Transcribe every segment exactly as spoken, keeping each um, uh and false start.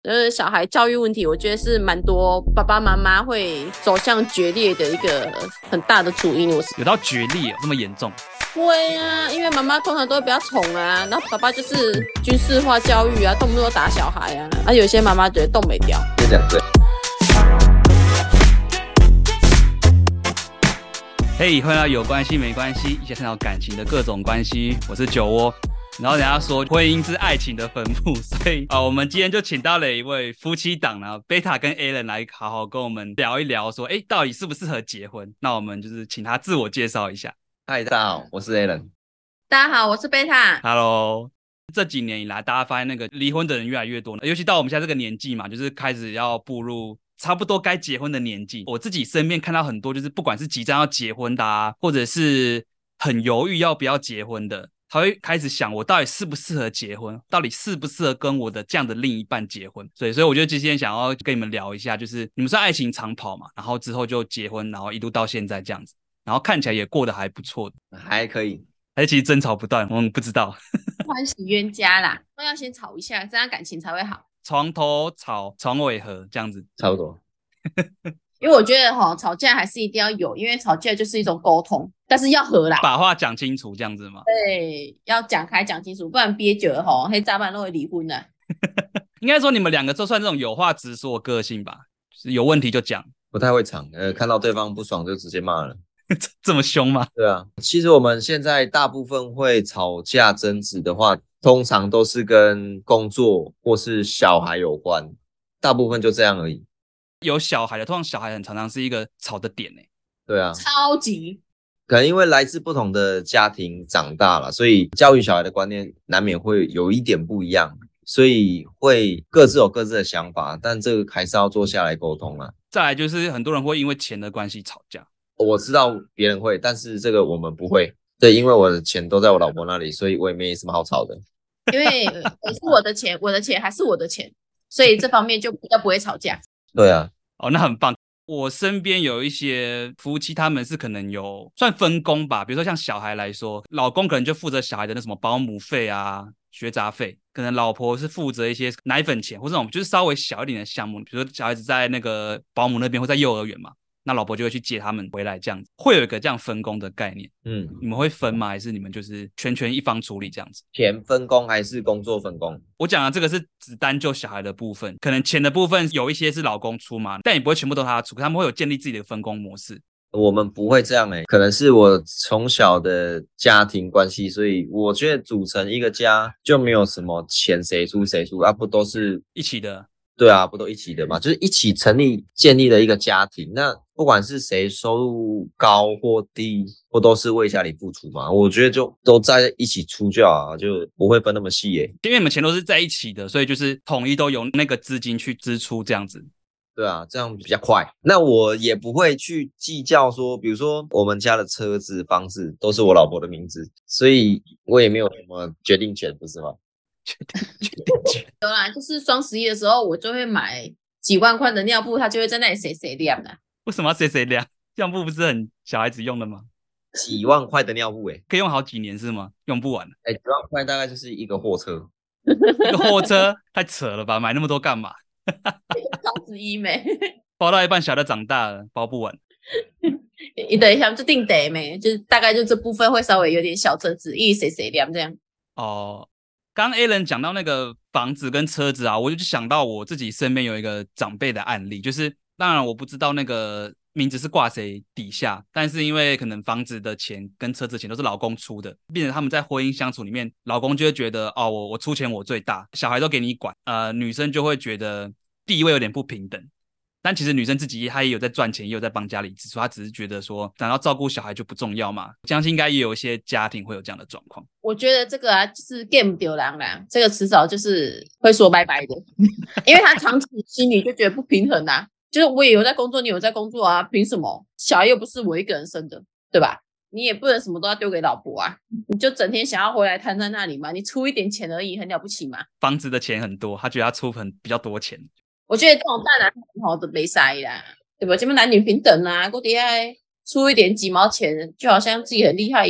呃，小孩教育问题，我觉得是蛮多爸爸妈妈会走向决裂的一个很大的主因。我是有到决裂、哦、这么严重？ 会啊，因为妈妈通常都会比较宠啊，然后爸爸就是军事化教育啊，动不动打小孩啊，啊，有些妈妈觉得动没掉， 就这样对。 嘿、hey, 欢迎到有关系没关系，一起探讨感情的各种关系。我是酒窝。然后人家说婚姻是爱情的坟墓，所以、呃、我们今天就请到了一位夫妻档啊，贝塔跟 Alan 来好好跟我们聊一聊说，哎，到底适不适合结婚？那我们就是请他自我介绍一下。 嗨，大家好，我是 Alan。 大家好，我是贝塔。 Hello。这几年以来，大家发现那个离婚的人越来越多，尤其到我们现在这个年纪嘛，就是开始要步入差不多该结婚的年纪。我自己身边看到很多，就是不管是即将要结婚的啊，或者是很犹豫要不要结婚的，他会开始想我到底适不适合结婚，到底适不适合跟我的这样的另一半结婚。所以所以我觉得今天想要跟你们聊一下，就是你们是爱情长跑嘛，然后之后就结婚，然后一路到现在这样子，然后看起来也过得还不错的， 还可以， 还是其实争吵不断，我们不知道。 欢喜冤家啦，都要先吵一下，这样感情才会好。 床头吵，床尾和这样子， 差不多。 因为我觉得齁，吵架还是一定要有，因为吵架就是一种沟通，但是要和啦， 把话讲清楚这样子嘛。 对，要讲开讲清楚，不然憋久了齁，黑渣板都会离婚了。 应该说你们两个就算这种有话直说的个性吧，就是有问题就讲， 不太会藏，呃，看到对方不爽就直接骂了。 这么凶吗？ 对啊，其实我们现在大部分会吵架争执的话，通常都是跟工作或是小孩有关，大部分就这样而已。 有小孩的，通常小孩很常常是一个吵的点欸。 对啊， 超级。 可能因为来自不同的家庭长大了，所以教育小孩的观念难免会有一点不一样，所以会各自有各自的想法，但这个还是要坐下来沟通啊。 再来就是很多人会因为钱的关系吵架。 我知道别人会，但是这个我们不会。对，因为我的钱都在我老婆那里，所以我也没什么好吵的。 因为也是我的钱，我的钱还是我的钱，所以这方面就比较不会吵架。 对啊， 哦，那很棒。我身边有一些夫妻，他们是可能有算分工吧，比如说像小孩来说，老公可能就负责小孩的那什么保姆费啊、学杂费，可能老婆是负责一些奶粉钱或这种就是稍微小一点的项目，比如说小孩子在那个保姆那边或在幼儿园嘛，那老婆就会去接他们回来，这样子会有一个这样分工的概念。 嗯， 你们会分吗？还是你们就是全权一方处理这样子？ 钱分工还是工作分工？ 我讲的这个是只单就小孩的部分，可能钱的部分有一些是老公出嘛，但也不会全部都他出，他们会有建立自己的分工模式。 我们不会这样欸，可能是我从小的家庭关系，所以我觉得组成一个家就没有什么钱谁出谁出啊，不都是一起的。 对啊，不都一起的嘛，就是一起成立建立了一个家庭，那不管是谁收入高或低，不都是为家里付出嘛，我觉得就都在一起出就好，就不会分那么细耶。 因为你们钱都是在一起的，所以就是统一都有那个资金去支出这样子。 对啊，这样比较快。那我也不会去计较说，比如说我们家的车子、房子都是我老婆的名字，所以我也没有什么决定权，不是吗？ 有啦，就是双十一的时候，我就会买几万块的尿布，他就会在那里谁谁亮的。 为什么要谁谁量？尿布不是很小孩子用的吗？ 几万块的尿布欸， 可以用好几年是吗？用不完。 哎，几万块大概就是一个货车。 一个货车太扯了吧？买那么多干嘛？ 双十一没包到一半，小的长大了，包不完。 你等一下就定得没，就是大概就这部分会稍微有点小争执，一谁谁亮这样。 哦，刚刚 Alan 讲到那个房子跟车子啊，我就想到我自己身边有一个长辈的案例，就是当然我不知道那个名字是挂谁底下，但是因为可能房子的钱跟车子的钱都是老公出的，变成他们在婚姻相处里面，老公就会觉得哦，我我出钱我最大，小孩都给你管，呃，女生就会觉得地位有点不平等。但其实女生自己她也有在赚钱，也有在帮家里支出，她只是觉得说，难道照顾小孩就不重要吗？相信应该也有一些家庭会有这样的状况。 我觉得这个啊，就是 game 丢狼啦，这个迟早就是会说拜拜的，因为他长期心里就觉得不平衡啊。就是我也有在工作，你有在工作啊，凭什么？小孩又不是我一个人生的，对吧？你也不能什么都要丢给老婆啊，你就整天想要回来瘫在那里嘛，你出一点钱而已，很了不起嘛。 房子的钱很多，他觉得他出很比较多钱。 我觉得这种大男人吼都没塞啦，对吧？这边男女平等啊，我底下出一点几毛钱，就好像自己很厉害一样。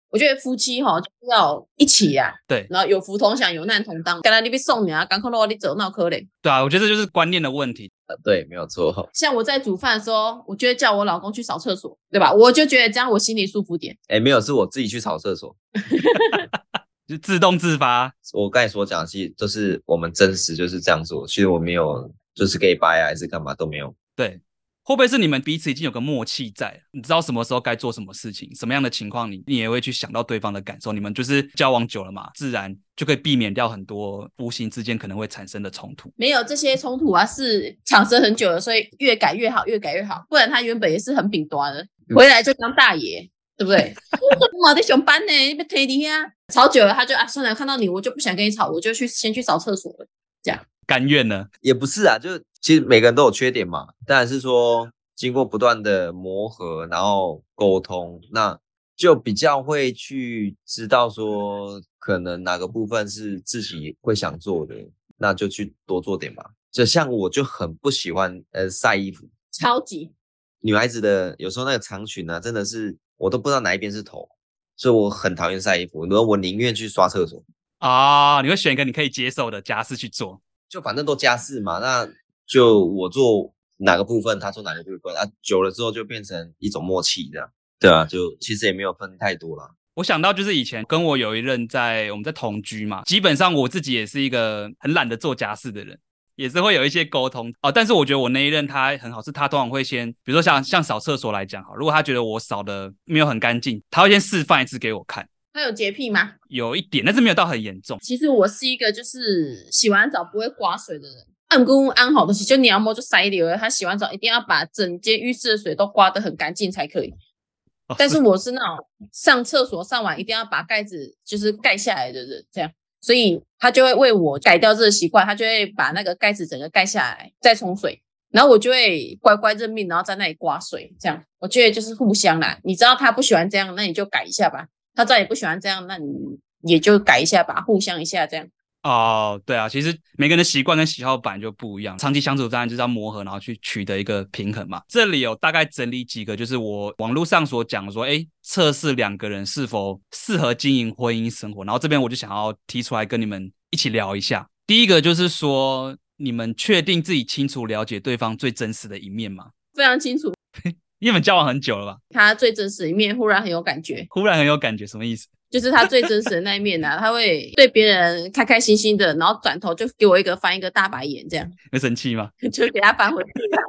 我觉得夫妻哈就是要一起啊， 对， 然后有福同享，有难同当。刚才你被送你啊，刚看到你走那可怜。 对啊，我觉得这就是观念的问题。 呃，对，没有错。 像我在煮饭的时候，我就会叫我老公去扫厕所，对吧？我就觉得这样我心里舒服点。 哎，没有，是我自己去扫厕所， 就自动自发。 我刚才所讲的，其实都是我们真实就是这样做。其实我没有就是给掰啊，还是干嘛都没有。 对，会不会是你们彼此已经有个默契在，你知道什么时候该做什么事情，什么样的情况你你也会去想到对方的感受，你们就是交往久了嘛，自然就可以避免掉很多无形之间可能会产生的冲突。 没有这些冲突啊，是产生很久了，所以越改越好，越改越好。不然他原本也是很顶端的，回来就当大爷。对不对？我在上班呢，你别推你啊！吵久了，他就啊，算了，看到你我就不想跟你吵，我就去先去扫厕所了。这样甘愿呢？ 也不是啊，就其实每个人都有缺点嘛。当然是说经过不断的磨合，然后沟通，那就比较会去知道说，可能哪个部分是自己会想做的，那就去多做点吧。就像我就很不喜欢呃晒衣服， 超级女孩子的有时候那个长裙啊，真的是。我都不知道哪一边是头，所以我很讨厌晒衣服。然后我宁愿去刷厕所啊、哦，你会选一个你可以接受的家事去做， 就反正都家事嘛，那就我做哪个部分，他做哪个部分啊，久了之后就变成一种默契这样。对啊，就其实也没有分太多啦。 我想到就是以前跟我有一任在我们在同居嘛，基本上我自己也是一个很懒得做家事的人。也是会有一些沟通哦，但是我觉得我那一任他很好，是他通常会先，比如说像像扫厕所来讲，好，如果他觉得我扫的没有很干净，他会先示范一次给我看。 他有洁癖吗？ 有一点，但是没有到很严重。 其实我是一个就是洗完澡不会刮水的人，按公安好的洗，就你要摸就塞流了。他洗完澡一定要把整间浴室的水都刮得很干净才可以。哦、但是我是那种上厕所上完一定要把盖子就是盖下来的人，这样。所以他就会为我改掉这个习惯，他就会把那个盖子整个盖下来，再冲水，然后我就会乖乖认命，然后在那里刮水，这样我觉得就是互相啦。你知道他不喜欢这样，那你就改一下吧；他知道你不喜欢这样，那你也就改一下吧，互相一下这样。 哦，对啊，其实每个人的习惯跟喜好本来就不一样，长期相处当然就是要磨合，然后去取得一个平衡嘛。这里有大概整理几个，就是我网络上所讲说，哎，测试两个人是否适合经营婚姻生活，然后这边我就想要提出来跟你们一起聊一下。第一个就是说，你们确定自己清楚了解对方最真实的一面吗？ 非常清楚。 你们交往很久了吧？ 他最真实的一面忽然很有感觉。 忽然很有感觉，什么意思？ 就是他最真实的那一面啊，他会对别人开开心心的，然后转头就给我一个翻一个大白眼，这样会生气吗？ 就给他翻回去。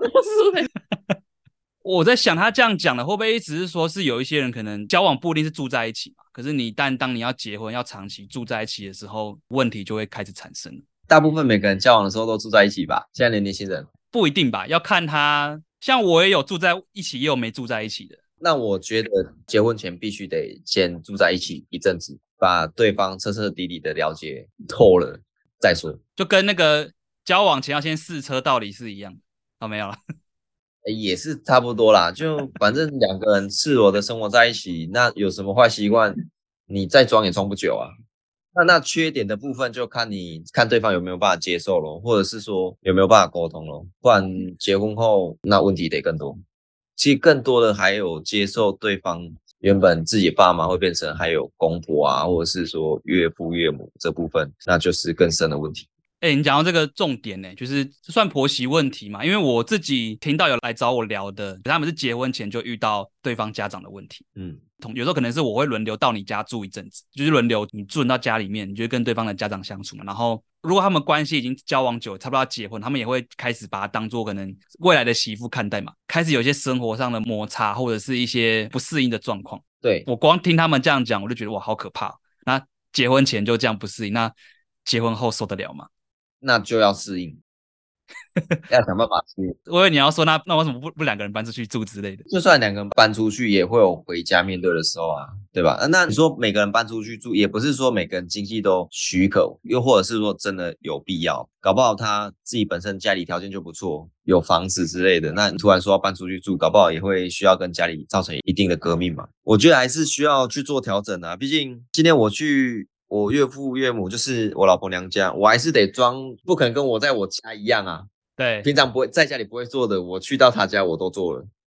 我在想他这样讲的会不会只是说是有一些人可能交往不一定是住在一起嘛，可是你但当你要结婚要长期住在一起的时候，问题就会开始产生。 大部分每个人交往的时候都住在一起吧，现在的年轻人不一定吧，要看他，像我也有住在一起也有没住在一起的。 那我觉得结婚前必须得先住在一起一阵子，把对方彻彻底底的了解透了再说， 就跟那个交往前要先试车道理是一样的。哦，没有了， 也是差不多啦，就反正两个人赤裸的生活在一起，那有什么坏习惯你再装也装不久啊。那那缺点的部分就看你看对方有没有办法接受咯，或者是说有没有办法沟通咯，不然结婚后那问题得更多。其实更多的还有接受对方原本自己爸妈会变成还有公婆啊，或者是说岳父岳母这部分，那就是更深的问题。 哎、欸，你讲到这个重点呢、欸，就是这算婆媳问题嘛？因为我自己听到有来找我聊的，他们是结婚前就遇到对方家长的问题。嗯，有时候可能是我会轮流到你家住一阵子，就是轮流你住到家里面，你就跟对方的家长相处嘛。然后如果他们关系已经交往久，差不多要结婚，他们也会开始把他当做可能未来的媳妇看待嘛，开始有一些生活上的摩擦或者是一些不适应的状况。 对， 我光听他们这样讲，我就觉得哇，好可怕。那结婚前就这样不适应，那结婚后受得了吗？ 那就要适应，要想办法适应。 我以为你要说那那为什么不不两个人搬出去住之类的？ 就算两个人搬出去，也会有回家面对的时候啊，对吧？那你说每个人搬出去住，也不是说每个人经济都许可，又或者是说真的有必要，搞不好他自己本身家里条件就不错，有房子之类的，那你突然说要搬出去住，搞不好也会需要跟家里造成一定的革命嘛。我觉得还是需要去做调整啊，毕竟今天我去我岳父岳母就是我老婆娘家，我还是得装，不可能跟我在我家一样啊。 对， 平常不会在家里不会做的，我去到他家我都做了。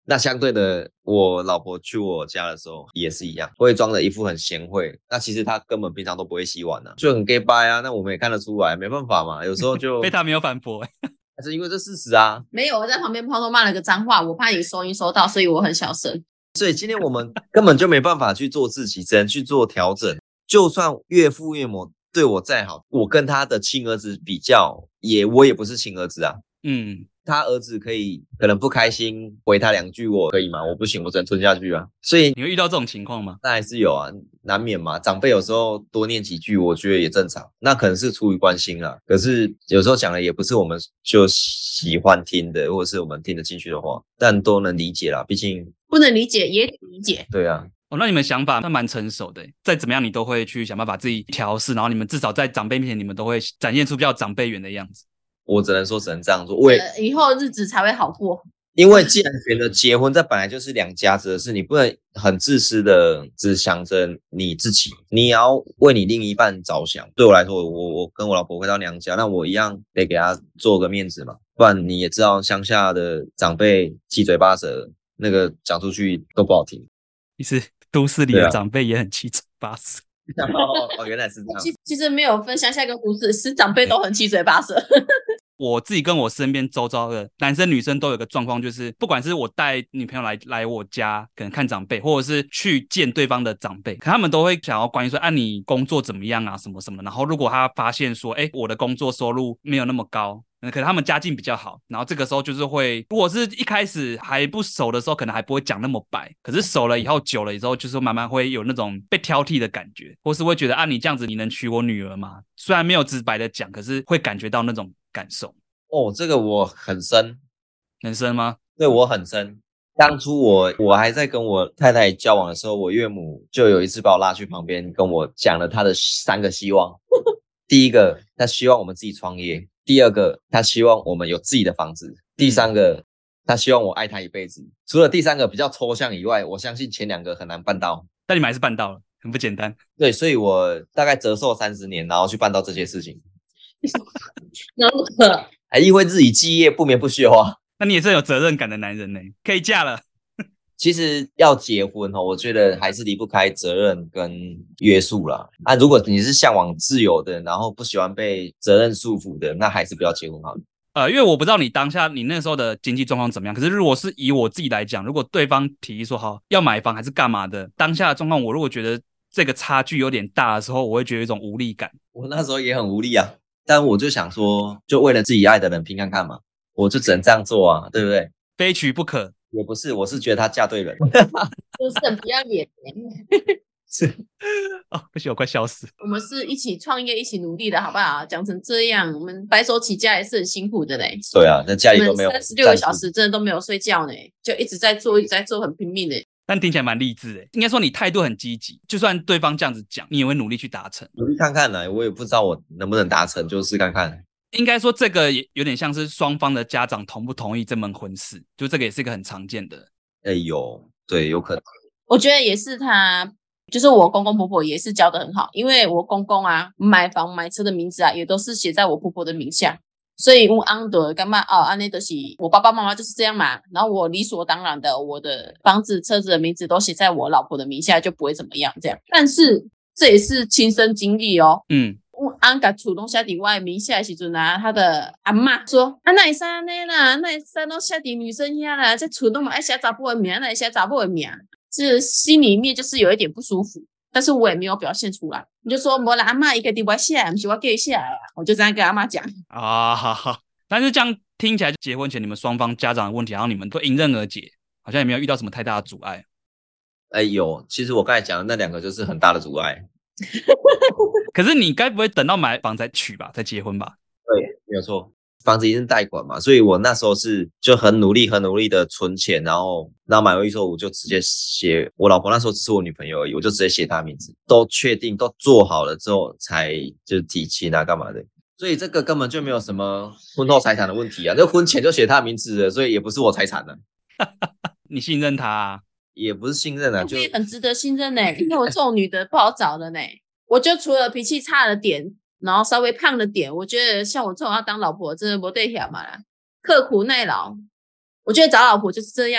那相对的，我老婆去我家的时候也是一样，会装着一副很贤惠，那其实她根本平常都不会洗碗啊，就很 gay 掰啊。那我们也看得出来，没办法嘛，有时候就被他没有反驳、欸， 还是因为这事实啊。 没有，我在旁边偷偷骂了个脏话，我怕你收音收到，所以我很小声。 所以今天我们根本就没办法去做自己，只能去做调整。就算岳父岳母对我再好，我跟他的亲儿子比较，也我也不是亲儿子啊。 嗯， 他儿子可以可能不开心回他两句，我可以吗？我不行，我只能吞下去啊。所以你会遇到这种情况吗？ 那还是有啊，难免嘛。长辈有时候多念几句，我觉得也正常。那可能是出于关心啦，可是有时候讲的也不是我们就喜欢听的，或者是我们听得进去的话，但都能理解啦。毕竟不能理解也理解。 对啊。 哦，那你们想法那蛮成熟的，再怎么样你都会去想办法自己调试，然后你们至少在长辈面前，你们都会展现出比较长辈缘的样子。 我只能说只能这样做，为、 呃、以后日子才会好过。 因为既然选择结婚，这本来就是两家子的事，你不能很自私的只想着你自己，你也要为你另一半着想。对我来说，我我跟我老婆回到娘家，那我一样得给她做个面子嘛，不然你也知道乡下的长辈七嘴八舌，那个讲出去都不好听。 其实都市里的长辈也很七嘴八舌。 哦, 哦，原来是这样。 其其实没有分乡下跟都市，是长辈都很七嘴八舌。 我自己跟我身边周遭的男生女生都有个状况，就是不管是我带女朋友来来我家，可能看长辈，或者是去见对方的长辈，可他们都会想要关心说，啊，你工作怎么样啊，什么什么。然后如果他发现说，哎，我的工作收入没有那么高，可能他们家境比较好，然后这个时候就是会，如果是一开始还不熟的时候，可能还不会讲那么白，可是熟了以后，久了以后，就是慢慢会有那种被挑剔的感觉，或是会觉得啊，你这样子你能娶我女儿吗？虽然没有直白的讲，可是会感觉到那种感受。 哦，这个我很深。 很深吗？ 对，我很深。当初我我还在跟我太太交往的时候，我岳母就有一次把我拉去旁边，跟我讲了她的三个希望。第一个，她希望我们自己创业；第二个，她希望我们有自己的房子；第三个，她希望我爱她一辈子。除了第三个比较抽象以外，我相信前两个很难办到。 但你们还是办到了，很不简单。 对，所以我大概折寿三十年，然后去办到这些事情。 然后还因为自己基业不眠不休啊。 那你也是有责任感的男人呢，可以嫁了。 其实要结婚哦，我觉得还是离不开责任跟约束啦。啊，如果你是向往自由的，然后不喜欢被责任束缚的，那还是不要结婚好了。 呃，因为我不知道你当下你那时候的经济状况怎么样，可是如果是以我自己来讲，如果对方提议说好要买房还是干嘛的，当下的状况，我如果觉得这个差距有点大的时候，我会觉得有一种无力感。 我那时候也很无力啊，但我就想说，就为了自己爱的人拼看看嘛，我就只能这样做啊，对不对？ 非娶不可。 也不是，我是觉得他嫁对人。 就是很不要脸。 是哦，不行，我快笑死。 我们是一起创业、一起努力的，好不好？讲成这样，我们白手起家也是很辛苦的嘞。 对啊，那家里都没有三十六个小时，真的都没有睡觉呢，就一直在做，一直在做，很拼命的。 但听起来蛮励志的，应该说你态度很积极，就算对方这样子讲，你也会努力去达成。 努力看看呢，我也不知道我能不能达成，就试看看。 应该说这个也有点像是双方的家长同不同意这门婚事，就这个也是一个很常见的。 哎有，对，有可能。 我觉得也是他，就是我公公婆婆也是教得很好，因为我公公啊买房买车的名字啊也都是写在我婆婆的名下，所以我安的干嘛哦，安内的是我爸爸妈妈就是这样嘛，然后我理所当然的我的房子车子的名字都写在我老婆的名下，就不会怎么样这样。但是这也是亲身经历哦。 嗯。 我安把厝拢写伫我的名下的时阵啊，他的阿嬷说：“啊，那会使安尼啦，那会使拢写伫女生遐啦，这厝拢嘛爱写查甫的名，那会写查某的名。”这心里面就是有一点不舒服，但是我也没有表现出来。你就说无啦，阿嬷伊家己我写，不是我叫伊写啦，我就这样跟阿嬷讲啊。好好，但是这样听起来，结婚前你们双方家长的问题，然后你们都迎刃而解，好像也没有遇到什么太大的阻碍。 哎有，其实我刚才讲的那两个就是很大的阻碍。 可是你该不会等到买房才娶吧，才结婚吧？ 对，没有错，房子已经贷款嘛，所以我那时候是就很努力很努力的存钱，然后然后买回去之后我就直接写我老婆，那时候只是我女朋友而已，我就直接写她名字，都确定都做好了之后才就提亲啊干嘛的，所以这个根本就没有什么婚后财产的问题啊，这婚前就写她名字了，所以也不是我财产了。 你信任他啊？ 也不是信任啊，就我也很值得信任呢、欸，因为我这种女的不好找的呢、欸。我就除了脾气差的点，然后稍微胖的点，我觉得像我这种要当老婆真的不对条嘛啦，刻苦耐劳。我觉得找老婆就是这样啦，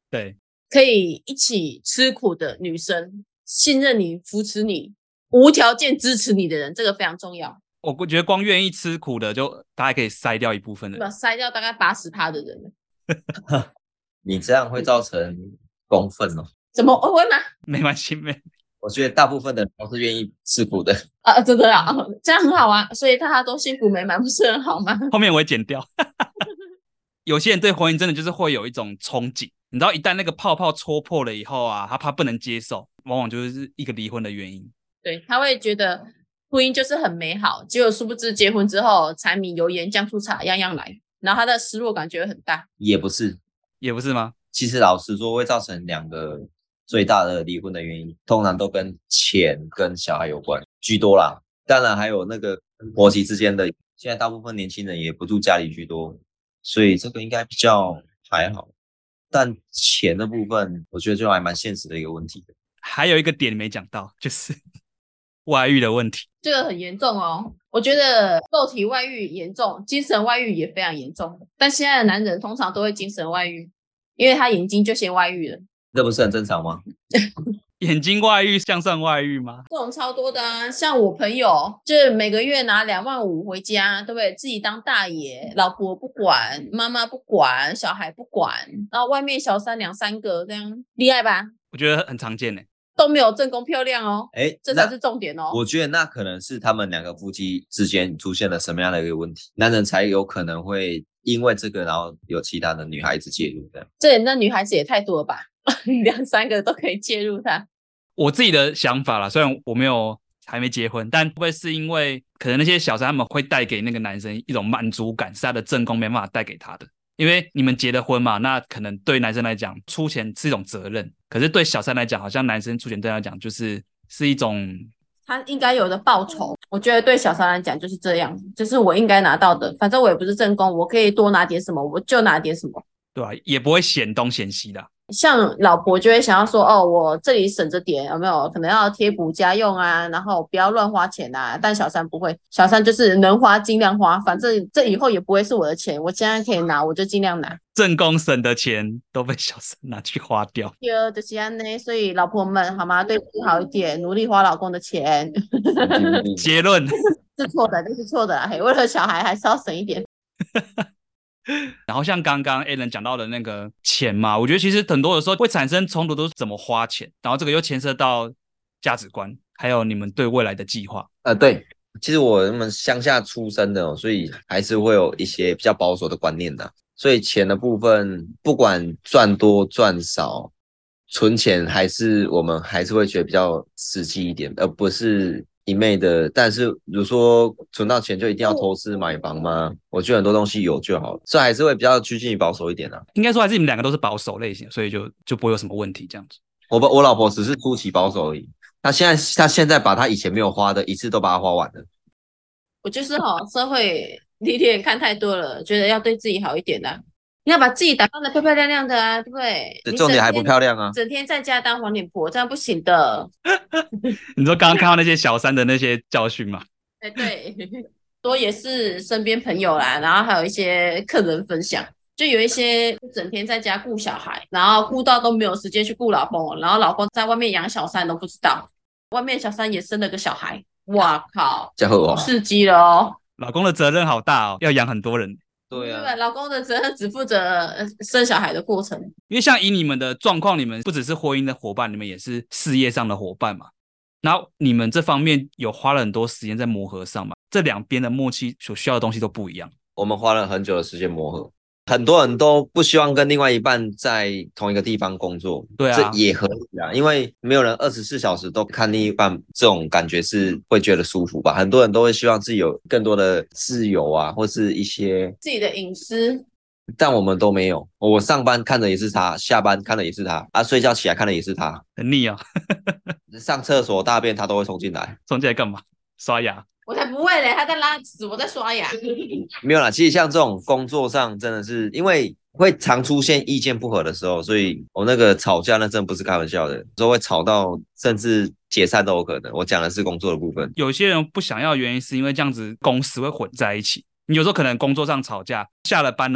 对， 可以一起吃苦的女生，信任你、扶持你、无条件支持你的人，这个非常重要。 我觉得光愿意吃苦的，就大概可以筛掉一部分的人， 筛掉大概八十趴的人。 你这样会造成公愤哦？ 怎么会吗？ 没关系，没。 我觉得大部分的人都是愿意吃苦的啊，真的啊，这样很好啊，所以大家都幸福美满，不是很好吗？ 后面我会剪掉。有些人对婚姻真的就是会有一种憧憬，你知道，一旦那个泡泡戳破了以后啊，他怕不能接受，往往就是一个离婚的原因。 对，他会觉得婚姻就是很美好，结果殊不知结婚之后，柴米油盐酱醋茶样样来，然后他的失落感觉很大。 也不是， 也不是吗？ 其实老实说，会造成两个最大的离婚的原因，通常都跟钱跟小孩有关居多啦。当然还有那个婆媳之间的，现在大部分年轻人也不住家里居多，所以这个应该比较还好。但钱的部分，我觉得就还蛮现实的一个问题。 还有一个点没讲到，就是外遇的问题。 这个很严重哦，我觉得肉体外遇严重，精神外遇也非常严重。但现在的男人通常都会精神外遇，因为他眼睛就先外遇了。 这不是很正常吗？ 眼睛外遇像算外遇吗？ 这种超多的啊，像我朋友就是每个月拿两万五回家，对不对？自己当大爷，老婆不管，妈妈不管，小孩不管，然后外面小三两三个，这样厉害吧？ 我觉得很常见呢， 都没有正宫漂亮哦， 哎， 这才是重点哦。 我觉得那可能是他们两个夫妻之间出现了什么样的一个问题，男人才有可能会因为这个，然后有其他的女孩子介入的。 这那女孩子也太多了吧？两三个都可以介入他。 我自己的想法啦，虽然我没有还没结婚，但会不会是因为可能那些小三他们会带给那个男生一种满足感，是他的正宫没办法带给他的？因为你们结了婚嘛，那可能对男生来讲出钱是一种责任，可是对小三来讲，好像男生出钱对他来讲就是是一种他应该有的报酬。我觉得对小三来讲就是这样，就是我应该拿到的，反正我也不是正宫，我可以多拿点什么我就拿点什么， 对吧、啊？也不会嫌东嫌西的。 像老婆就会想要说，哦，我这里省着点，有没有可能要贴补家用啊，然后不要乱花钱啊。但小三不会，小三就是能花尽量花，反正这以后也不会是我的钱，我现在可以拿我就尽量拿。 正宫省的钱都被小三拿去花掉。 第二就是这样呢，所以老婆们好吗？对自己好一点，努力花老公的钱。 结论是错的，这是错的啦。嘿，为了小孩还是要省一点。 然后像刚刚 Alan 讲到的那个钱嘛，我觉得其实很多的时候会产生冲突，都是怎么花钱，然后这个又牵涉到价值观，还有你们对未来的计划。 呃，对，其实我们乡下出生的、哦，所以还是会有一些比较保守的观念的。所以钱的部分，不管赚多赚少，存钱还是我们还是会觉得比较实际一点，而不是一昧的。但是如果说存到钱就一定要投资买房吗？我觉得很多东西有就好，所以还是会比较趋近于保守一点啊。 应该说还是你们两个都是保守类型，所以就就不会有什么问题这样子。 我我老婆只是初期保守而已，她现在她现在把她以前没有花的一次都把它花完了。 我就是哈、哦，社会历练看太多了，觉得要对自己好一点的、啊。你要把自己打扮得漂漂亮亮的啊，对不对？ 这重点还不漂亮啊！ 整天在家当黄脸婆，这样不行的。 你说刚刚看到那些小三的那些教训吗？ 哎，对，多也是身边朋友啦，然后还有一些客人分享，就有一些整天在家顾小孩，然后顾到都没有时间去顾老公，然后老公在外面养小三都不知道，外面小三也生了个小孩，哇靠， 加贺哦， 刺激了哦。 老公的责任好大哦，要养很多人。 对啊， 对，老公的责任只负责生小孩的过程。 因为像以你们的状况，你们不只是婚姻的伙伴，你们也是事业上的伙伴嘛。然后你们这方面有花了很多时间在磨合上嘛，这两边的默契所需要的东西都不一样。 我们花了很久的时间磨合，很多人都不希望跟另外一半在同一个地方工作， 对啊， 这也合理啊，因为没有人二十四小时都看另一半，这种感觉是会觉得舒服吧？很多人都会希望自己有更多的自由啊，或是一些自己的隐私， 但我们都没有。我上班看的也是他，下班看的也是他，啊，睡觉起来看的也是他， 很腻啊。 上厕所大便他都会冲进来， 冲进来干嘛？刷牙？ 我才不会嘞，他在拉屎，我在刷牙。 没有啦，其实像这种工作上真的是因为会常出现意见不合的时候，所以我那个吵架那真的不是开玩笑的，有时候会吵到甚至解散都有可能。我讲的是工作的部分。 有些人不想要的原因是因为这样子公司会混在一起。你有时候可能工作上吵架，下了班呢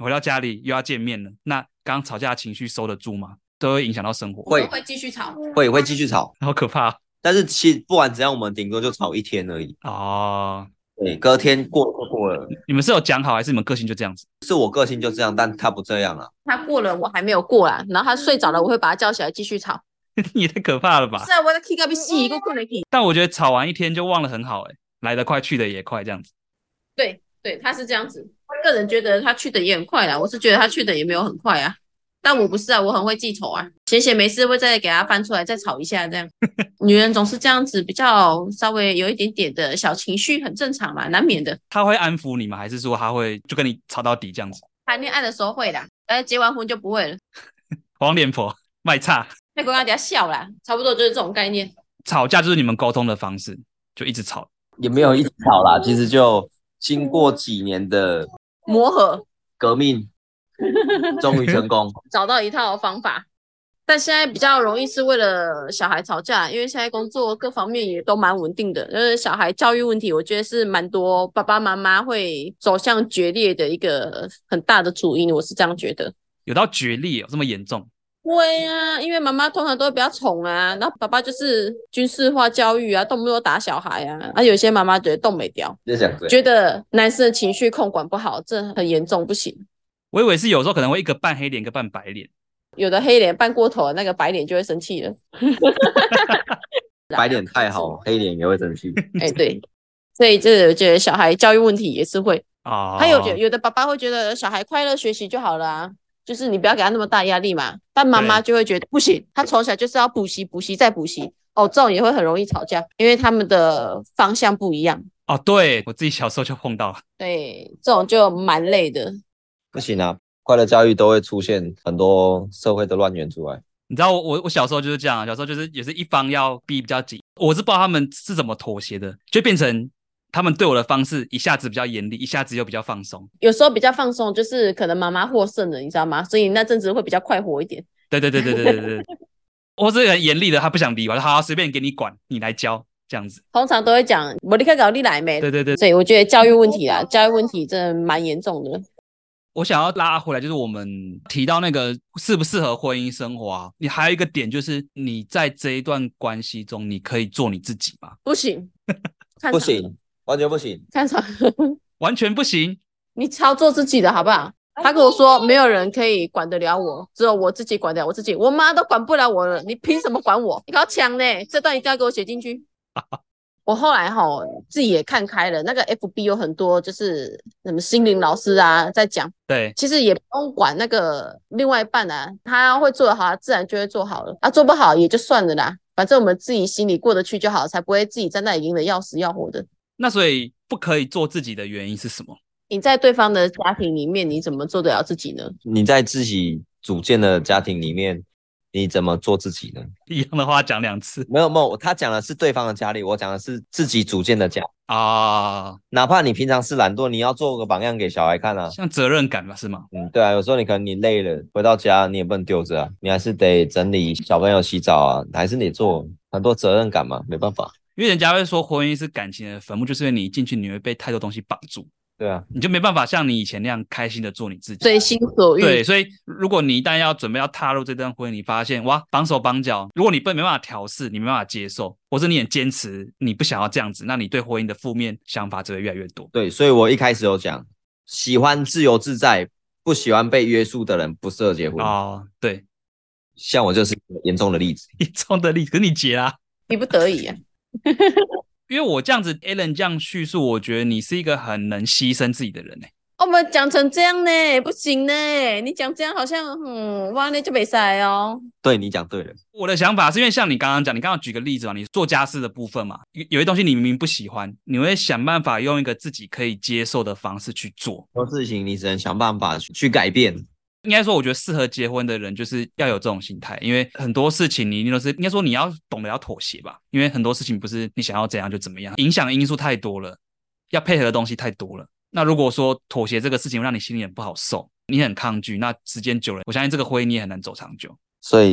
回到家里又要见面了，那刚刚吵架的情绪收得住吗？都会影响到生活。 会会继续吵， 会会继续吵， 好可怕但是其实不管怎样，我们顶多就吵一天而已。 哦。 对，隔天过就过了。 你们是有讲好，还是你们个性就这样子？ 是我个性就这样，但他不这样啊。 他过了我还没有过啦，然后他睡着了，我会把他叫起来继续吵。 你也太可怕了吧！ 是啊，我的 K 个被洗一个困了 K。 但我觉得吵完一天就忘了很好，哎，来得快去得也快，这样子。 对对，他是这样子。我个人觉得他去的也很快啦，我是觉得他去的也没有很快啊。但我不是啊，我很会记仇啊，闲闲没事会再给他翻出来再吵一下这样。女人总是这样子，比较稍微有一点点的小情绪，很正常嘛，难免的。 他会安抚你吗？还是说他会就跟你吵到底这样子？ 谈恋爱的时候会啦，但结完婚就不会了。 黄脸婆卖差， 那个人家笑啦，差不多就是这种概念。 吵架就是你们沟通的方式，就一直吵。 也没有一直吵啦，其实就经过几年的磨合革命，终于成功。 找到一套方法。但现在比较容易是为了小孩吵架，因为现在工作各方面也都蛮稳定的。就是小孩教育问题，我觉得是蛮多爸爸妈妈会走向决裂的一个很大的主因，我是这样觉得。 有到决裂哦，这么严重？ 会啊，因为妈妈通常都会比较宠啊，然后爸爸就是军事化教育啊，动不动打小孩啊。啊，有些妈妈觉得动没掉，觉得男生的情绪控管不好，这很严重，不行。 我以为是有时候可能会一个扮黑脸，一个扮白脸。 有的黑脸扮过头了，那个白脸就会生气了。 白脸太好，黑脸也会生气。 哎、欸，对，所以这我觉得小孩教育问题也是会。 哦， 还有有的爸爸会觉得小孩快乐学习就好了啊，就是你不要给他那么大压力嘛。但妈妈就会觉得不行，他从小就是要补习，补习再补习。哦，这种也会很容易吵架，因为他们的方向不一样。 哦，对，我自己小时候就碰到了。 对，这种就蛮累的。 不行啊，快乐教育都会出现很多社会的乱源出来。 你知道我我小时候就是这样，小时候就是也是一方要逼比较紧，我是不知道他们是怎么妥协的，就变成他们对我的方式一下子比较严厉，一下子又比较放松。 有时候比较放松，就是可能妈妈获胜了，你知道吗？所以那阵子会比较快活一点。 对对对对对对对。我是很严厉的，他不想理我，好好随便给你管，你来教这样子。 通常都会讲我立刻搞你来没？ 对对对。 所以我觉得教育问题啦，教育问题真的蛮严重的。 我想要拉回来，就是我们提到那个适不适合婚姻生活啊，你还有一个点就是你在这一段关系中，你可以做你自己吗？ 不行， 不行，完全不行， 看场完全不行。 你超做自己的好不好？他跟我说没有人可以管得了我，只有我自己管得了我自己，我妈都管不了我了，你凭什么管我？你搞强呢？这段一定要给我写进去。我后来哈自己也看开了，那个 F B 有很多就是什么心灵老师啊在讲， 对， 其实也不用管那个另外一半啊，他会做得好，他自然就会做好了，啊做不好也就算了啦，反正我们自己心里过得去就好，才不会自己在那里赢得要死要活的。 那所以不可以做自己的原因是什么？ 你在对方的家庭里面，你怎么做得了自己呢？ 你在自己组建的家庭里面，你怎么做自己呢？ 一样的话讲两次。 没有没有，他讲的是对方的家里，我讲的是自己组建的家啊。 哪怕你平常是懒惰，你要做个榜样给小孩看啊， 像责任感吧，是吗？ 嗯，对啊，有时候你可能你累了，回到家你也不能丢着啊，你还是得整理小朋友洗澡啊，还是得做，很多责任感嘛，没办法。 因为人家会说婚姻是感情的坟墓，就是因为你一进去你会被太多东西绑住。 对啊， 你就没办法像你以前那样开心的做你自己， 随心所欲。 对，所以如果你一旦要准备要踏入这段婚姻，你发现哇绑手绑脚，如果你没办法调试，你没办法接受，或是你很坚持，你不想要这样子，那你对婚姻的负面想法只会越来越多。 对，所以我一开始有讲，喜欢自由自在，不喜欢被约束的人不适合结婚。 哦，对， 像我就是严重的例子。 严重的例子，可是你结啦、啊， 你不得已啊。 因为我这样子 Alan 这样叙述，我觉得你是一个很能牺牲自己的人呢、欸。 我们讲成这样呢，不行呢。你讲这样好像，嗯，哇，那就没塞哦。 对，你讲对了。 我的想法是因为像你刚刚讲，你刚刚举个例子嘛，你做家事的部分嘛，有有些东西你明明不喜欢，你会想办法用一个自己可以接受的方式去做。 很多事情你只能想办法去改变。 应该说，我觉得适合结婚的人就是要有这种心态，因为很多事情你一定都是，应该说你要懂得要妥协吧，因为很多事情不是你想要怎样就怎么样，影响因素太多了，要配合的东西太多了。那如果说妥协这个事情让你心里很不好受，你很抗拒，那时间久了，我相信这个婚姻你也很难走长久。 所以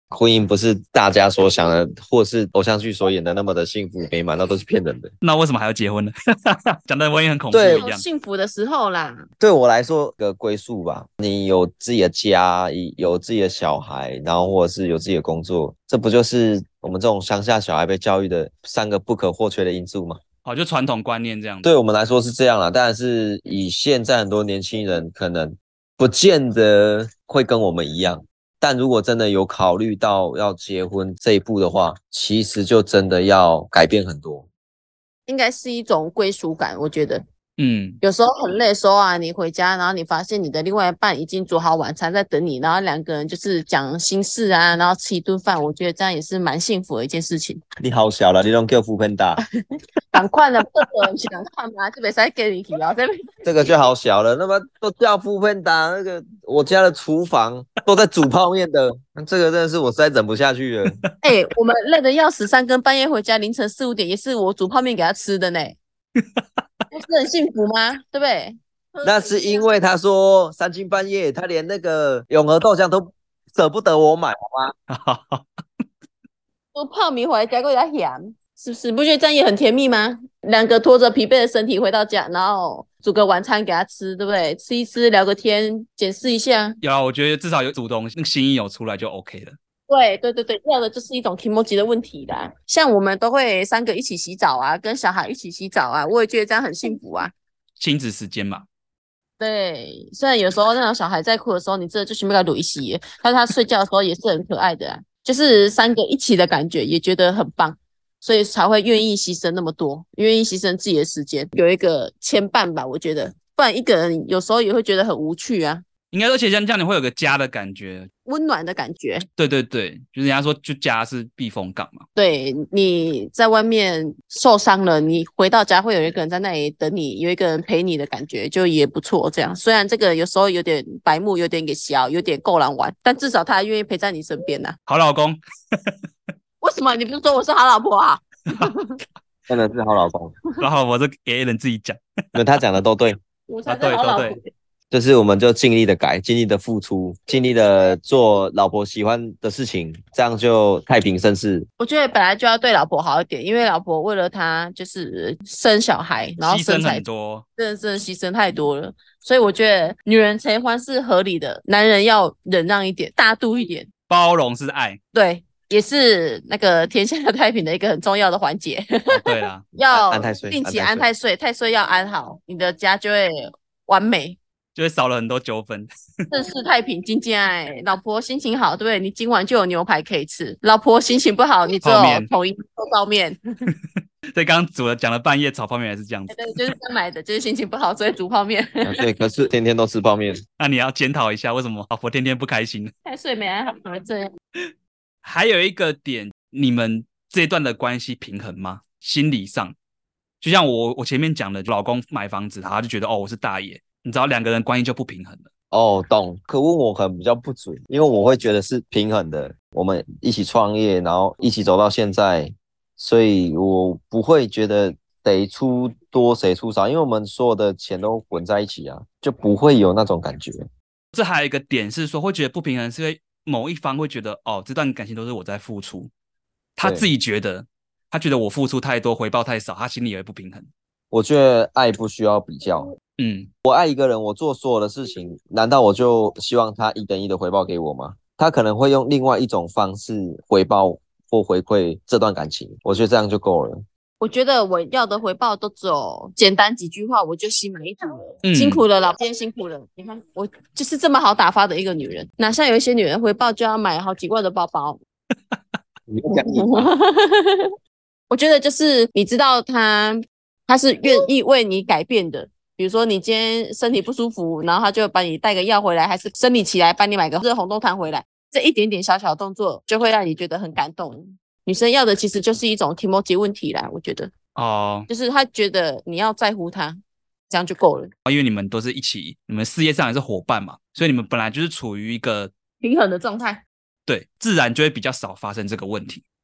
婚姻不是大家所想的，或是偶像剧所演的那么的幸福美满，那都是骗人的。 那为什么还要结婚呢？讲的婚姻很恐怖对有一样。 幸福的时候啦。 对我来说，个归宿吧，你有自己的家，有自己的小孩，然后或者是有自己的工作，这不就是我们这种乡下小孩被教育的三个不可或缺的因素吗？ 哦，就传统观念这样子。 对我们来说是这样啦，但是以现在很多年轻人可能不见得会跟我们一样，但如果真的有考虑到要结婚这一步的话，其实就真的要改变很多。 应该是一种归属感，我觉得。 嗯， 有时候很累的时候啊，你回家，然后你发现你的另外一半已经煮好晚餐在等你，然后两个人就是讲心事啊，然后吃一顿饭，我觉得这样也是蛮幸福的一件事情。 你好小了，你都叫福喷大， 赶快了，不得不想看嘛，就别再给你提了，这边这个就好小了。那么都叫福喷大，那个我家的厨房都在煮泡面的，这个真的是我实在忍不下去了。 哎、欸，我们累得要死，三更半夜回家，凌晨四五点也是我煮泡面给他吃的呢。不是很幸福吗？对不对？ 那是因为他说三更半夜，他连那个永和豆浆都舍不得我买，好吗？ 煮泡米回来加个点咸，是不是？不觉得这样也很甜蜜吗？两个拖着疲惫的身体回到家，然后煮个晚餐给他吃，对不对？吃一吃，聊个天，检视一下。 有啊，我觉得至少有主动，那个心意有出来就 OK 了。 对对对对，要的就是一种 kimoji 的问题啦。像我们都会三个一起洗澡啊，跟小孩一起洗澡啊，我也觉得这样很幸福啊。 亲子时间嘛。 对，虽然有时候那种小孩在哭的时候，你真的就全部给他撸一洗，但是他睡觉的时候也是很可爱的啊。就是三个一起的感觉，也觉得很棒，所以才会愿意牺牲那么多，愿意牺牲自己的时间，有一个牵绊吧，我觉得，不然一个人有时候也会觉得很无趣啊。 应该而且像这样你会有个家的感觉， 温暖的感觉。 对对对，就是人家说就家是避风港嘛。 对，你在外面受伤了，你回到家会有一个人在那里等你，有一个人陪你的感觉，就也不错。这样虽然这个有时候有点白目，有点给小，有点够狼玩，但至少他还愿意陪在你身边呐、啊。 好老公。 为什么你不是说我是好老婆啊？ 真的是好老公。 好老婆是给人自己讲， 因为他讲的都对， 我才是好老婆。 就是我们就尽力的改，尽力的付出，尽力的做老婆喜欢的事情，这样就太平盛世。 我觉得本来就要对老婆好一点，因为老婆为了他就是生小孩，然后身材牺牲很多， 真的真的牺牲太多了。所以我觉得女人结婚是合理的，男人要忍让一点，大度一点， 包容是爱。 对，也是那个天下太平的一个很重要的环节。 哦、对啦， 要安太岁， 定期安太岁，太岁要安好，你的家就会完美。 就会少了很多纠纷， 世事太平，金家哎，老婆心情好，对不对？你今晚就有牛排可以吃。老婆心情不好，你只有统一做泡面。 所以刚刚煮了讲了半夜炒泡面也是这样子， 对，就是刚买的，就是心情不好，所以煮泡面。 啊、对，可是天天都吃泡面， 那你要检讨一下，为什么老婆天天不开心？ 太睡没安好这样。 还有一个点，你们这一段的关系平衡吗？心理上，就像我我前面讲的，老公买房子，他就觉得哦我是大爷。你知道两个人关系就不平衡了。 哦，懂。可问我可能比较不准，因为我会觉得是平衡的。我们一起创业，然后一起走到现在，所以我不会觉得谁出多谁出少，因为我们所有的钱都混在一起啊，就不会有那种感觉。 这还有一个点是说，会觉得不平衡，是因为某一方会觉得哦，这段感情都是我在付出，他自己觉得，他觉得我付出太多，回报太少，他心里也会不平衡。 我觉得爱不需要比较。 嗯， 我爱一个人，我做所有的事情，难道我就希望他一等一的回报给我吗？他可能会用另外一种方式回报或回馈这段感情，我觉得这样就够了。 我觉得我要的回报都只有简单几句话，我就心满意足了。 嗯、 辛苦了，老今天辛苦了。你看，我就是这么好打发的一个女人，哪像有一些女人回报就要买好几万的包包。 你讲你我觉得就是你知道他。他是愿意为你改变的，比如说你今天身体不舒服，然后他就把你带个药回来，还是生理期来帮你买个热红豆汤回来，这一点点小小动作就会让你觉得很感动。女生要的其实就是一种 kimoji 问题啦，我觉得哦， 就是他觉得你要在乎他，这样就够了。 因为你们都是一起，你们事业上也是伙伴嘛，所以你们本来就是处于一个平衡的状态， 对，自然就会比较少发生这个问题。 对，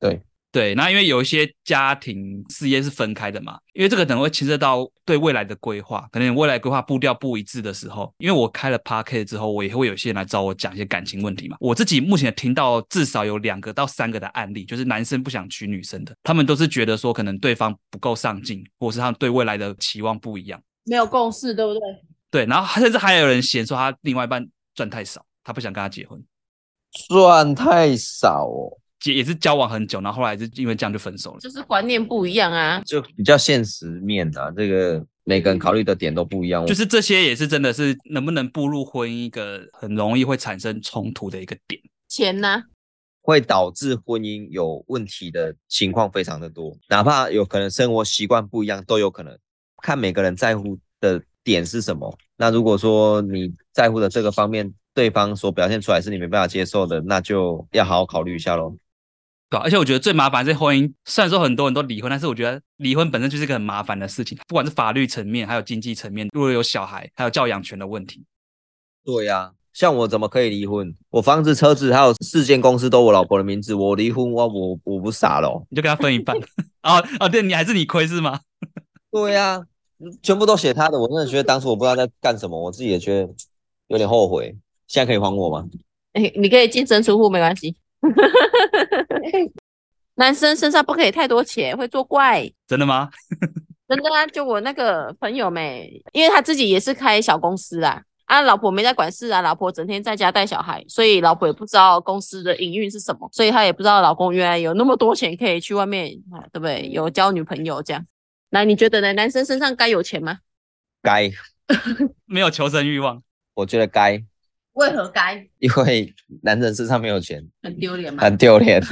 对，那因为有一些家庭事业是分开的嘛，因为这个可能会牵涉到对未来的规划，可能未来规划步调不一致的时候，因为我开了 podcast 之后，我也会有些人来找我讲一些感情问题嘛。我自己目前听到至少有两个到三个的案例，就是男生不想娶女生的，他们都是觉得说可能对方不够上进，或者是他们对未来的期望不一样， 没有共识，对不对？ 对，然后甚至还有人嫌说他另外一半赚太少，他不想跟他结婚， 赚太少哦， 也是交往很久，然后后来就因为这样就分手了。 就是观念不一样啊。 就比较现实面啊，这个每个人考虑的点都不一样。 就是这些也是真的是能不能步入婚姻一个很容易会产生冲突的一个点。 钱呢？ 会导致婚姻有问题的情况非常的多，哪怕有可能生活习惯不一样都有可能，看每个人在乎的点是什么。那如果说你在乎的这个方面，对方所表现出来是你没办法接受的，那就要好好考虑一下咯。 对啊，而且我觉得最麻烦是婚姻，虽然说很多人都离婚，但是我觉得离婚本身就是一个很麻烦的事情，不管是法律层面，还有经济层面，如果有小孩，还有教养权的问题。 对呀、啊，像我怎么可以离婚？我房子、车子还有四间公司都我老婆的名字，我离婚我我我不傻咯。 你就跟他分一半。哦哦，对，你还是你亏是吗？ 对呀、啊，全部都写他的，我真的觉得当初我不知道在干什么，我自己也觉得有点后悔。现在可以还我吗？ 哎，你可以净身出户，没关系。男生身上不可以太多钱，会作怪。 真的吗？ 真的啊，就我那个朋友没，因为他自己也是开小公司啊，啊，老婆没在管事啊，老婆整天在家带小孩，所以老婆也不知道公司的营运是什么，所以他也不知道老公原来有那么多钱可以去外面，啊、对不对？有交女朋友这样。那你觉得呢？男生身上该有钱吗？ 该， 没有求生欲望。 我觉得该， 为何该？ 因为男人身上没有钱， 很丢脸吗？ 很丢脸。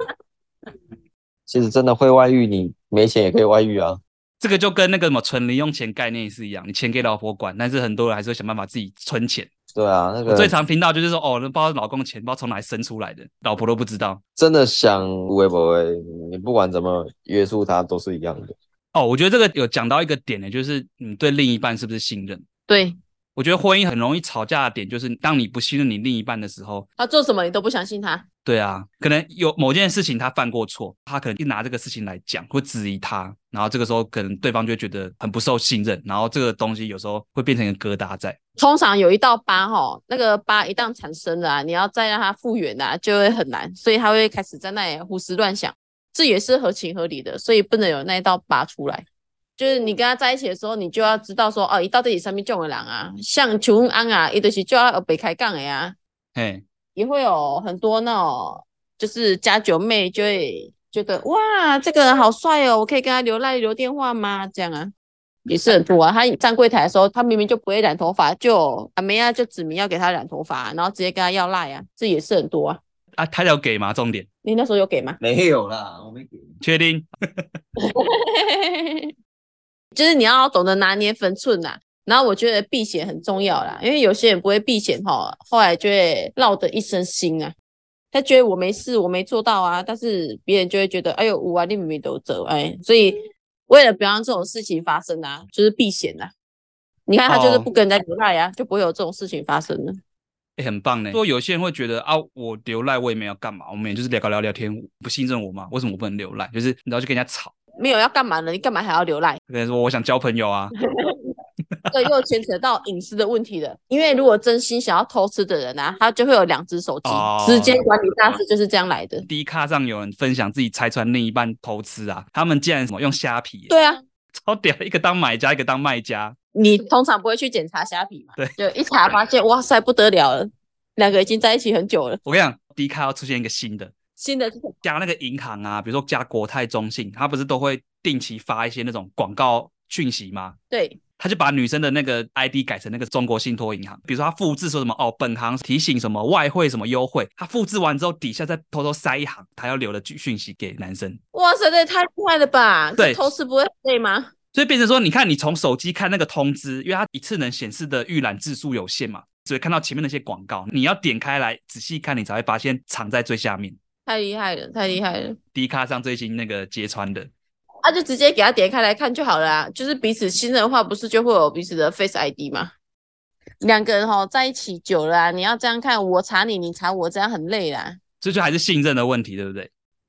其实真的会外遇，你没钱也可以外遇啊。 这个就跟那个什么存零用钱概念是一样，你钱给老婆管，但是很多人还是会想办法自己存钱。 对啊，那个我最常听到就是说，哦，不知道老公的钱不知道从哪里生出来的，老婆都不知道。 真的想会不会，你不管怎么约束他都是一样的。 哦，我觉得这个有讲到一个点呢，就是你对另一半是不是信任？ 对， 我觉得婚姻很容易吵架的点就是，当你不信任你另一半的时候， 他做什么你都不相信他。 对啊，可能有某件事情他犯过错，他可能一拿这个事情来讲，会质疑他，然后这个时候可能对方就会觉得很不受信任，然后这个东西有时候会变成一个疙瘩在。 通常有一道疤哈，那个疤一旦产生了、啊，你要再让它复原啊，就会很难，所以他会开始在那里胡思乱想，这也是合情合理的，所以不能有那一道疤出来。就是你跟他在一起的时候，你就要知道说，哦，一到底是什么种的人啊，像邱文安啊，伊就是就要北开杠的呀， 嘿， 也会有很多那种就是家酒妹就会觉得哇，这个人好帅哦，我可以跟他留赖留电话吗？这样啊，也是很多啊。他站柜台的时候，他明明就不会染头发，就阿梅啊就指明要给他染头发，然后直接跟他要赖啊，这也是很多啊。 啊，他要给吗？重点， 你那时候有给吗？ 没有啦，我没给。 确定？ 就是你要懂得拿捏分寸啦。然后我觉得避嫌很重要啦，因为有些人不会避嫌哈，后来就会落得一身腥啊。他觉得我没事，我没做到啊，但是别人就会觉得，哎呦，我啊，你明明都走，哎，所以为了不让这种事情发生啊，就是避嫌啦。你看他就是不跟人家留赖啊，就不会有这种事情发生了。 欸、很棒呢。说有些人会觉得啊，我留赖我也没有干嘛，我们也就是聊聊聊天，不信任我吗？为什么我不能留赖？就是你知道去跟人家吵， 没有要干嘛呢？你干嘛还要留赖？ 跟人说我想交朋友啊。 这又牵扯到隐私的问题了。因为如果真心想要偷吃的人啊，他就会有两只手机。 哦、 时间管理大师就是这样来的。 D 卡上有人分享自己拆穿另一半偷吃啊，他们竟然什么用虾皮、欸？ 对啊， 超屌，一个当买家，一个当卖家。 你通常不会去检查虾皮嘛？ 对， 就一查发现，哇塞，不得了了，两个已经在一起很久了。 我跟你讲 ，D 卡要出现一个新的。 新的加那个银行啊，比如说加国泰中信，他不是都会定期发一些那种广告讯息吗？ 对， 他就把女生的那个 I D 改成那个中国信托银行，比如说他复制说什么哦，本行提醒什么外汇什么优惠，他复制完之后底下再偷偷塞一行他要留的讯息给男生。 哇塞，这也太厉害了吧！ 对， 偷吃不会很累吗？ 所以变成说，你看你从手机看那个通知，因为它一次能显示的预览字数有限嘛，只会看到前面那些广告，你要点开来仔细看，你才会发现藏在最下面。 太厉害了，太厉害了！ D 卡上最新那个揭穿的， 啊，就直接给他点开来看就好了啊。就是彼此信任的话，不是就会有彼此的 Face I D 吗？两个人哈、哦、在一起久了啊，你要这样看，我查你，你查我，这样很累啦。 这就还是信任的问题，对不对？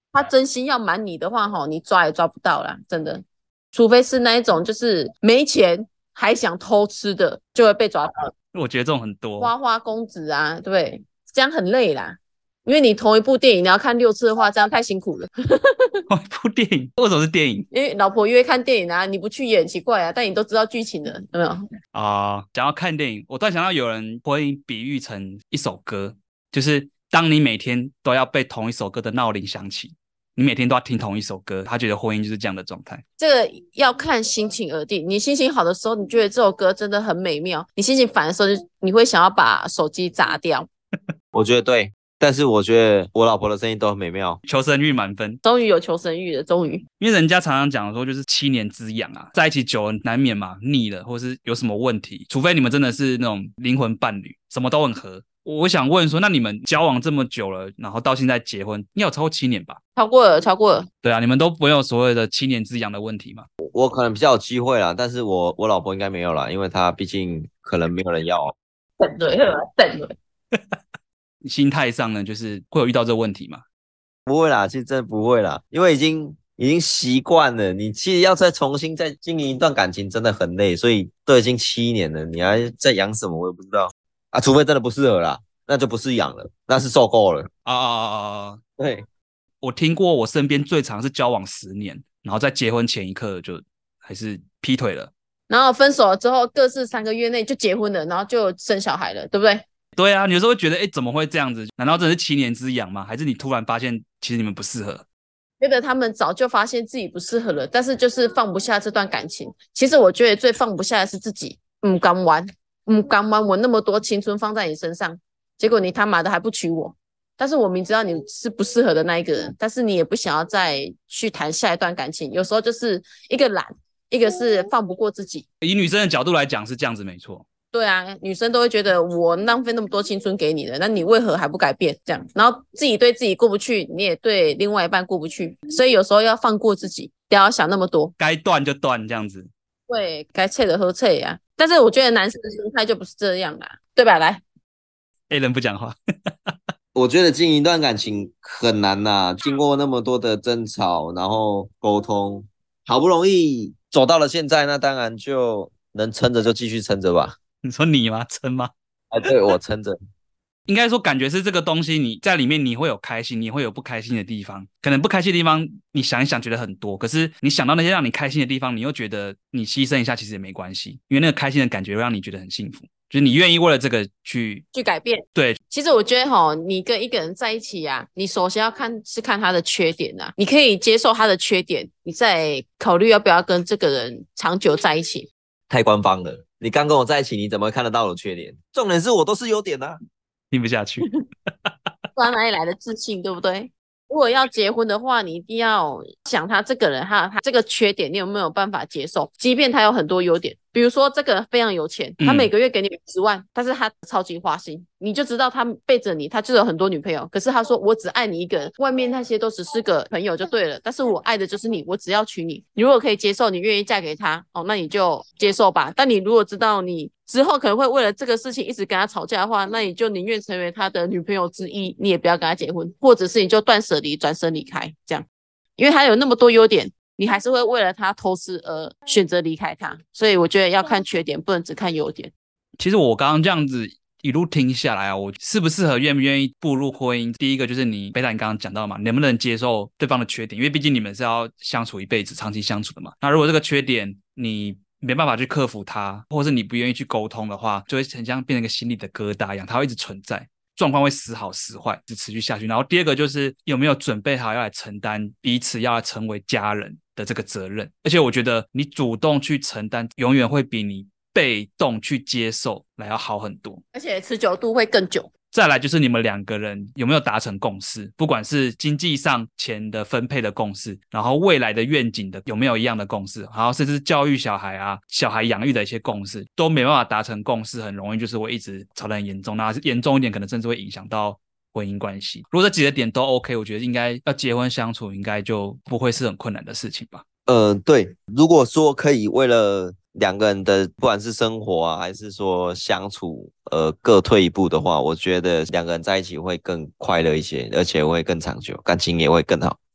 他真心要瞒你的话，吼，你抓也抓不到啦，真的。除非是那一种就是没钱还想偷吃的，就会被抓到。 我觉得这种很多。 花花公子啊，对不对？这样很累啦。因为你同一部电影你要看六次的话，这样太辛苦了。 同一部电影为什么是电影？ 因为老婆约看电影啊，你不去也很奇怪啊，但你都知道剧情了，有没有？ 啊、呃，想要看电影，我突然想到有人会比喻成一首歌，就是当你每天都要被同一首歌的闹铃响起，你每天都要听同一首歌，他觉得婚姻就是这样的状态。 这个要看心情而定。你心情好的时候，你觉得这首歌真的很美妙；你心情烦的时候，你会想要把手机砸掉。 我觉得对。但是我觉得我老婆的声音都很美妙， 求生欲满分， 终于有求生欲了，终于。 因为人家常常讲说，就是七年之痒啊，在一起久了难免嘛，腻了，或是有什么问题，除非你们真的是那种灵魂伴侣，什么都很合。我想问说，那你们交往这么久了，然后到现在结婚，应该有超过七年吧？ 超过了，超过了。 对啊，你们都不会有所谓的七年之痒的问题吗？ 我可能比较有机会啦，但是我我老婆应该没有啦，因为她毕竟可能没有人要。 等对，等对。 心态上呢，就是会有遇到这个问题吗？ 不会啦，其实真的不会啦，因为已经已经习惯了。你其实要再重新再经营一段感情，真的很累。所以都已经七年了，你还在养什么？我也不知道啊。除非真的不适合啦，那就不是养了，那是受够了啊啊啊啊！ 对， 我听过，我身边最长是交往十年，然后在结婚前一刻就还是劈腿了， 然后分手了之后，各自三个月内就结婚了，然后就生小孩了，对不对？ 对啊，你有时候会觉得，哎，怎么会这样子？难道真的是七年之痒吗？还是你突然发现，其实你们不适合？ 觉得他们早就发现自己不适合了，但是就是放不下这段感情。其实我觉得最放不下的是自己，唔敢玩，唔敢玩，我那么多青春放在你身上，结果你他妈的还不娶我。但是我明知道你是不适合的那一个人，但是你也不想要再去谈下一段感情。有时候就是一个懒，一个是放不过自己。 以女生的角度来讲是这样子，没错。 对啊，女生都会觉得我浪费那么多青春给你了，那你为何还不改变？这样，然后自己对自己过不去，你也对另外一半过不去，所以有时候要放过自己，不要想那么多， 该断就断这样子。 对，该切的喝切呀。但是我觉得男生的心态就不是这样啦，对吧？来 ，A 人不讲话。 我觉得经营一段感情很难呐，经过那么多的争吵，然后沟通，好不容易走到了现在，那当然就能撑着就继续撑着吧。 你说你吗？撑吗？ 哎，对，我撑着。 应该说，感觉是这个东西，你在里面你会有开心，你会有不开心的地方。可能不开心的地方，你想一想觉得很多，可是你想到那些让你开心的地方，你又觉得你牺牲一下其实也没关系，因为那个开心的感觉会让你觉得很幸福，就是你愿意为了这个去去改变。 对， 其实我觉得哈，你跟一个人在一起呀、啊，你首先要看是看他的缺点啊，你可以接受他的缺点，你再考虑要不要跟这个人长久在一起。 太官方了，你刚跟我在一起，你怎么会看得到我的缺点？重点是我都是优点啊。 听不下去。 不然哪里来的自信，对不对？如果要结婚的话，你一定要想他这个人，他他这个缺点，你有没有办法接受？即便他有很多优点，比如说这个人非常有钱，他每个月给你十万，嗯、但是他超级花心，你就知道他背着你，他就有很多女朋友。可是他说我只爱你一个人，外面那些都只是个朋友就对了。但是我爱的就是你，我只要娶你。你如果可以接受，你愿意嫁给他，哦，那你就接受吧。但你如果知道你之后可能会为了这个事情一直跟他吵架的话，那你就宁愿成为他的女朋友之一，你也不要跟他结婚，或者是你就断舍离，转身离开，这样，因为他有那么多优点，你还是会为了他偷吃而选择离开他。所以我觉得要看缺点，不能只看优点。 其实我刚刚这样子一路听下来啊，我适不适合、愿不愿意步入婚姻，第一个就是你贝塔你刚刚讲到嘛，能不能接受对方的缺点，因为毕竟你们是要相处一辈子，长期相处的嘛。那如果这个缺点你没办法去克服它，或是你不愿意去沟通的话，就会很像变成一个心里的疙瘩一样，它会一直存在，状况会时好时坏，一直持续下去。然后第二个就是有没有准备好要来承担彼此要来成为家人的这个责任。而且我觉得你主动去承担，永远会比你被动去接受来要好很多， 而且持久度会更久。 再来就是你们两个人有没有达成共识，不管是经济上钱的分配的共识，然后未来的愿景的有没有一样的共识，然后甚至教育小孩啊，小孩养育的一些共识都没办法达成共识，很容易就是会一直吵得很严重，那严重一点可能甚至会影响到婚姻关系。如果这几个点都 OK， 我觉得应该要结婚相处应该就不会是很困难的事情吧。 呃，对，如果说可以为了两个人的不管是生活啊，还是说相处，呃，各退一步的话，我觉得两个人在一起会更快乐一些，而且会更长久，感情也会更好。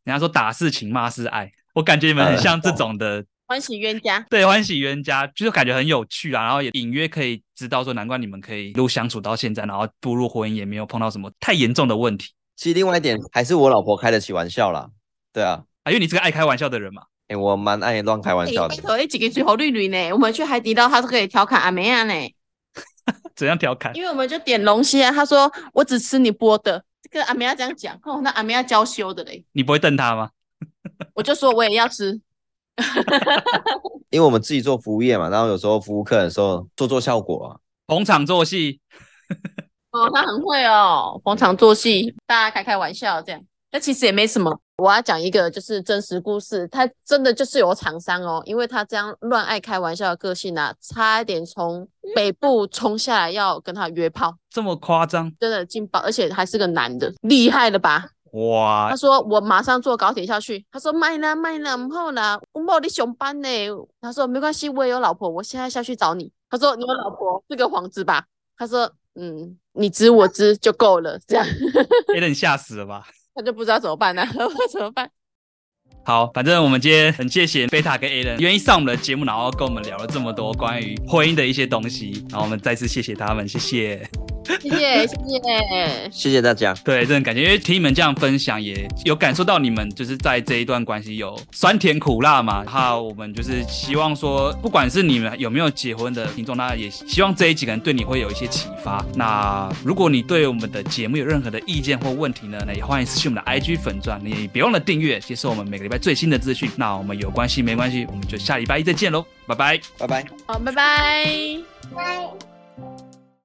人家说打是情骂是爱，我感觉你们很像这种的、呃、 欢喜冤家， 对，欢喜冤家，就是感觉很有趣啊，然后也隐约可以知道说难怪你们可以一路相处到现在，然后步入婚姻也没有碰到什么太严重的问题。 其实另外一点还是我老婆开得起玩笑啦，对啊， 啊，因为你是个爱开玩笑的人嘛。 哎、欸，我蛮爱乱开玩笑的。 拜托，你几个最好绿绿呢？我们去海底捞，他都可以调侃阿梅亚呢。 怎样调侃？ 因为我们就点龙虾，他说我只吃你剥的，这个阿梅亚这样讲，哦，那阿梅亚娇羞的嘞。 你不会瞪他吗？ 我就说我也要吃。 因为我们自己做服务业嘛，然后有时候服务客人的时候做做效果啊， 逢场作戏。 哦，他很会哦，逢场作戏，大家开开玩笑这样，那其实也没什么。我要讲一个就是真实故事，他真的就是有厂商哦，因为他这样乱爱开玩笑的个性啊，差一点从北部冲下来要跟他约炮， 这么夸张？ 真的劲爆，而且还是个男的，厉害了吧？ 哇！ 他说我马上坐高铁下去。他说卖啦卖啦，不好啦，我没有你上班呢。他说没关系，我也有老婆，我现在下去找你。他说你有老婆是个幌子吧？他说嗯，你知我知就够了，这样。 有点吓死了吧？ 他就不知道怎么办呢？怎么办？ 好，反正我们今天很谢谢贝塔跟 Alan 愿意上我们的节目，然后跟我们聊了这么多关于婚姻的一些东西，然后我们再次谢谢他们，谢谢。 谢谢谢谢谢谢大家。 对，真的感觉，因为听你们这样分享，也有感受到你们就是在这一段关系有酸甜苦辣嘛。然后我们就是希望说，不管是你们有没有结婚的听众，那也希望这一集可能对你会有一些启发。那如果你对我们的节目有任何的意见或问题呢，那也欢迎私讯我们的 I G 粉专，你也别忘了订阅，接受我们每个礼拜最新的资讯。那我们有关系没关系，我们就下礼拜一再见喽，拜拜， 拜拜， 好，拜拜，拜。